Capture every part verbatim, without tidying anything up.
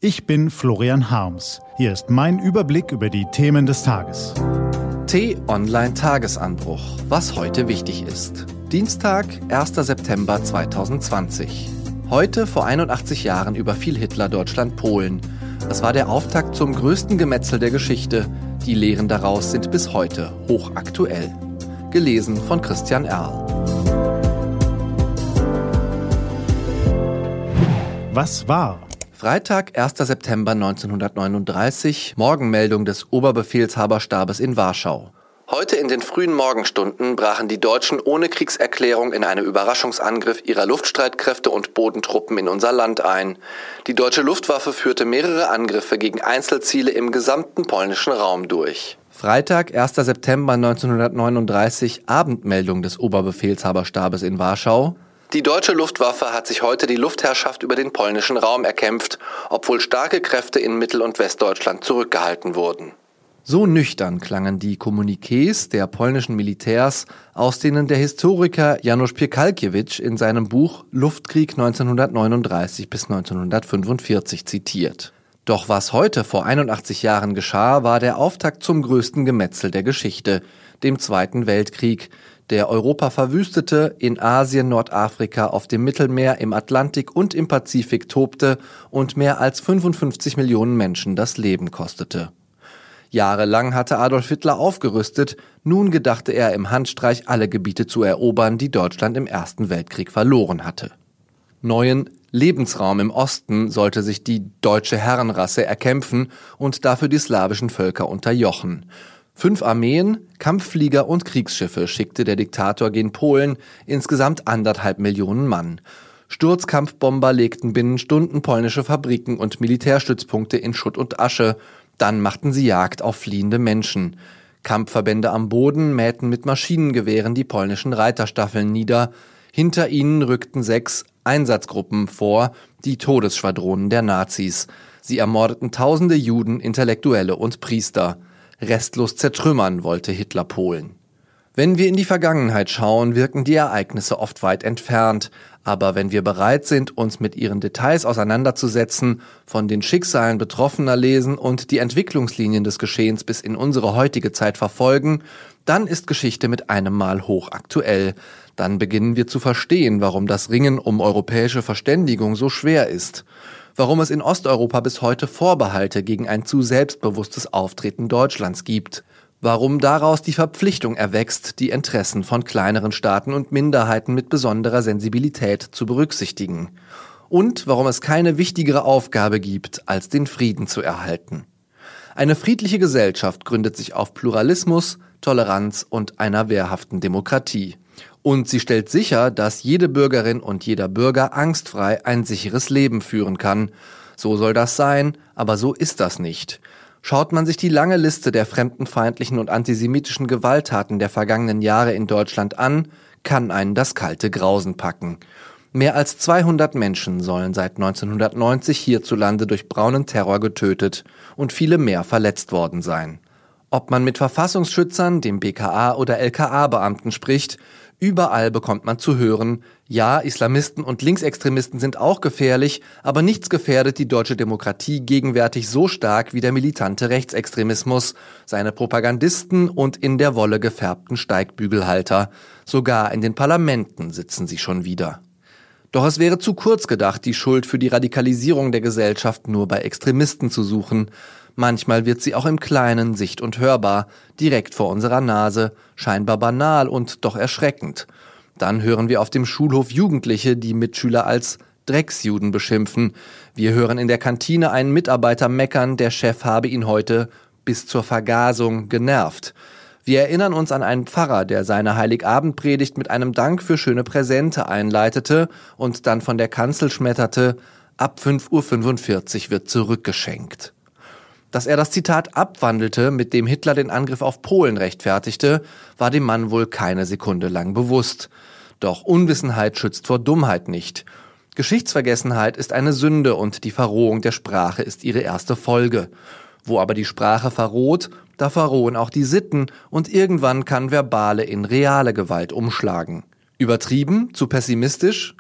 Ich bin Florian Harms. Hier ist mein Überblick über die Themen des Tages. T-Online-Tagesanbruch. Was heute wichtig ist. Dienstag, erster September zweitausendzwanzig. Heute vor einundachtzig Jahren überfiel Hitler Deutschland-Polen. Das war der Auftakt zum größten Gemetzel der Geschichte. Die Lehren daraus sind bis heute hochaktuell. Gelesen von Christian Erl. Was war? Freitag, erster September neunzehnhundertneununddreißig, Morgenmeldung des Oberbefehlshaberstabes in Warschau. Heute in den frühen Morgenstunden brachen die Deutschen ohne Kriegserklärung in einem Überraschungsangriff ihrer Luftstreitkräfte und Bodentruppen in unser Land ein. Die deutsche Luftwaffe führte mehrere Angriffe gegen Einzelziele im gesamten polnischen Raum durch. Freitag, erster September neunzehnhundertneununddreißig, Abendmeldung des Oberbefehlshaberstabes in Warschau. Die deutsche Luftwaffe hat sich heute die Luftherrschaft über den polnischen Raum erkämpft, obwohl starke Kräfte in Mittel- und Westdeutschland zurückgehalten wurden. So nüchtern klangen die Kommuniqués der polnischen Militärs, aus denen der Historiker Janusz Piekalkiewicz in seinem Buch Luftkrieg neunzehnhundertneununddreißig bis neunzehnhundertfünfundvierzig zitiert. Doch was heute vor einundachtzig Jahren geschah, war der Auftakt zum größten Gemetzel der Geschichte, dem Zweiten Weltkrieg, der Europa verwüstete, in Asien, Nordafrika, auf dem Mittelmeer, im Atlantik und im Pazifik tobte und mehr als fünfundfünfzig Millionen Menschen das Leben kostete. Jahrelang hatte Adolf Hitler aufgerüstet, nun gedachte er im Handstreich alle Gebiete zu erobern, die Deutschland im Ersten Weltkrieg verloren hatte. Neuen Lebensraum im Osten sollte sich die deutsche Herrenrasse erkämpfen und dafür die slawischen Völker unterjochen. Fünf Armeen, Kampfflieger und Kriegsschiffe schickte der Diktator gen Polen, insgesamt anderthalb Millionen Mann. Sturzkampfbomber legten binnen Stunden polnische Fabriken und Militärstützpunkte in Schutt und Asche. Dann machten sie Jagd auf fliehende Menschen. Kampfverbände am Boden mähten mit Maschinengewehren die polnischen Reiterstaffeln nieder. Hinter ihnen rückten sechs Einsatzgruppen vor, die Todesschwadronen der Nazis. Sie ermordeten tausende Juden, Intellektuelle und Priester. Restlos zertrümmern wollte Hitler Polen. Wenn wir in die Vergangenheit schauen, wirken die Ereignisse oft weit entfernt. Aber wenn wir bereit sind, uns mit ihren Details auseinanderzusetzen, von den Schicksalen Betroffener lesen und die Entwicklungslinien des Geschehens bis in unsere heutige Zeit verfolgen, dann ist Geschichte mit einem Mal hochaktuell. Dann beginnen wir zu verstehen, warum das Ringen um europäische Verständigung so schwer ist. Warum es in Osteuropa bis heute Vorbehalte gegen ein zu selbstbewusstes Auftreten Deutschlands gibt. Warum daraus die Verpflichtung erwächst, die Interessen von kleineren Staaten und Minderheiten mit besonderer Sensibilität zu berücksichtigen. Und warum es keine wichtigere Aufgabe gibt, als den Frieden zu erhalten. Eine friedliche Gesellschaft gründet sich auf Pluralismus, Toleranz und einer wehrhaften Demokratie. Und sie stellt sicher, dass jede Bürgerin und jeder Bürger angstfrei ein sicheres Leben führen kann. So soll das sein, aber so ist das nicht. Schaut man sich die lange Liste der fremdenfeindlichen und antisemitischen Gewalttaten der vergangenen Jahre in Deutschland an, kann einen das kalte Grausen packen. Mehr als zweihundert Menschen sollen seit neunzehnhundertneunzig hierzulande durch braunen Terror getötet und viele mehr verletzt worden sein. Ob man mit Verfassungsschützern, dem B K A oder L K A-Beamten spricht, überall bekommt man zu hören, ja, Islamisten und Linksextremisten sind auch gefährlich, aber nichts gefährdet die deutsche Demokratie gegenwärtig so stark wie der militante Rechtsextremismus, seine Propagandisten und in der Wolle gefärbten Steigbügelhalter. Sogar in den Parlamenten sitzen sie schon wieder. Doch es wäre zu kurz gedacht, die Schuld für die Radikalisierung der Gesellschaft nur bei Extremisten zu suchen. Manchmal wird sie auch im Kleinen sicht- und hörbar, direkt vor unserer Nase, scheinbar banal und doch erschreckend. Dann hören wir auf dem Schulhof Jugendliche, die Mitschüler als Drecksjuden beschimpfen. Wir hören in der Kantine einen Mitarbeiter meckern, der Chef habe ihn heute bis zur Vergasung genervt. Wir erinnern uns an einen Pfarrer, der seine Heiligabendpredigt mit einem Dank für schöne Präsente einleitete und dann von der Kanzel schmetterte, ab fünf Uhr fünfundvierzig wird zurückgeschenkt. Dass er das Zitat abwandelte, mit dem Hitler den Angriff auf Polen rechtfertigte, war dem Mann wohl keine Sekunde lang bewusst. Doch Unwissenheit schützt vor Dummheit nicht. Geschichtsvergessenheit ist eine Sünde und die Verrohung der Sprache ist ihre erste Folge. Wo aber die Sprache verroht, da verrohen auch die Sitten und irgendwann kann verbale in reale Gewalt umschlagen. Übertrieben? Zu pessimistisch?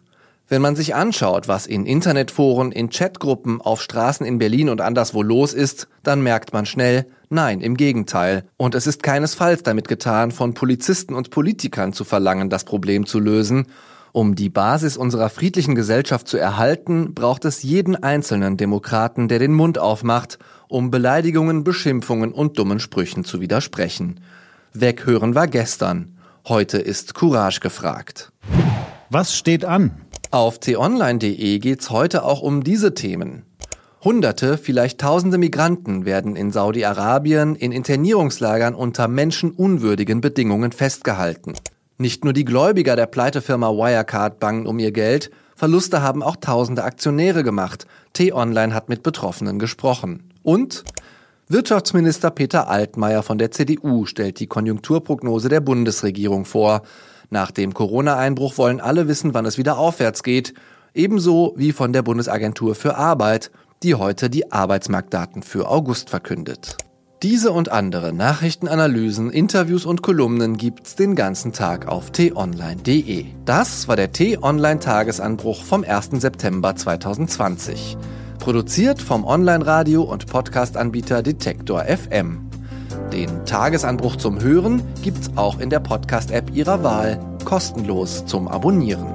Wenn man sich anschaut, was in Internetforen, in Chatgruppen, auf Straßen in Berlin und anderswo los ist, dann merkt man schnell, nein, im Gegenteil. Und es ist keinesfalls damit getan, von Polizisten und Politikern zu verlangen, das Problem zu lösen. Um die Basis unserer friedlichen Gesellschaft zu erhalten, braucht es jeden einzelnen Demokraten, der den Mund aufmacht, um Beleidigungen, Beschimpfungen und dummen Sprüchen zu widersprechen. Weghören war gestern. Heute ist Courage gefragt. Was steht an? Auf t online punkt de geht's heute auch um diese Themen. Hunderte, vielleicht tausende Migranten werden in Saudi-Arabien in Internierungslagern unter menschenunwürdigen Bedingungen festgehalten. Nicht nur die Gläubiger der Pleitefirma Wirecard bangen um ihr Geld, Verluste haben auch tausende Aktionäre gemacht. T-Online hat mit Betroffenen gesprochen. Und Wirtschaftsminister Peter Altmaier von der C D U stellt die Konjunkturprognose der Bundesregierung vor. Nach dem Corona-Einbruch wollen alle wissen, wann es wieder aufwärts geht. Ebenso wie von der Bundesagentur für Arbeit, die heute die Arbeitsmarktdaten für August verkündet. Diese und andere Nachrichtenanalysen, Interviews und Kolumnen gibt's den ganzen Tag auf t online punkt de. Das war der T-Online-Tagesanbruch vom ersten September zweitausendzwanzig. Produziert vom Online-Radio- und Podcast-Anbieter Detektor F M. Den Tagesanbruch zum Hören gibt's auch in der Podcast-App Ihrer Wahl, kostenlos zum Abonnieren.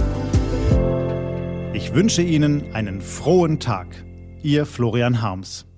Ich wünsche Ihnen einen frohen Tag. Ihr Florian Harms.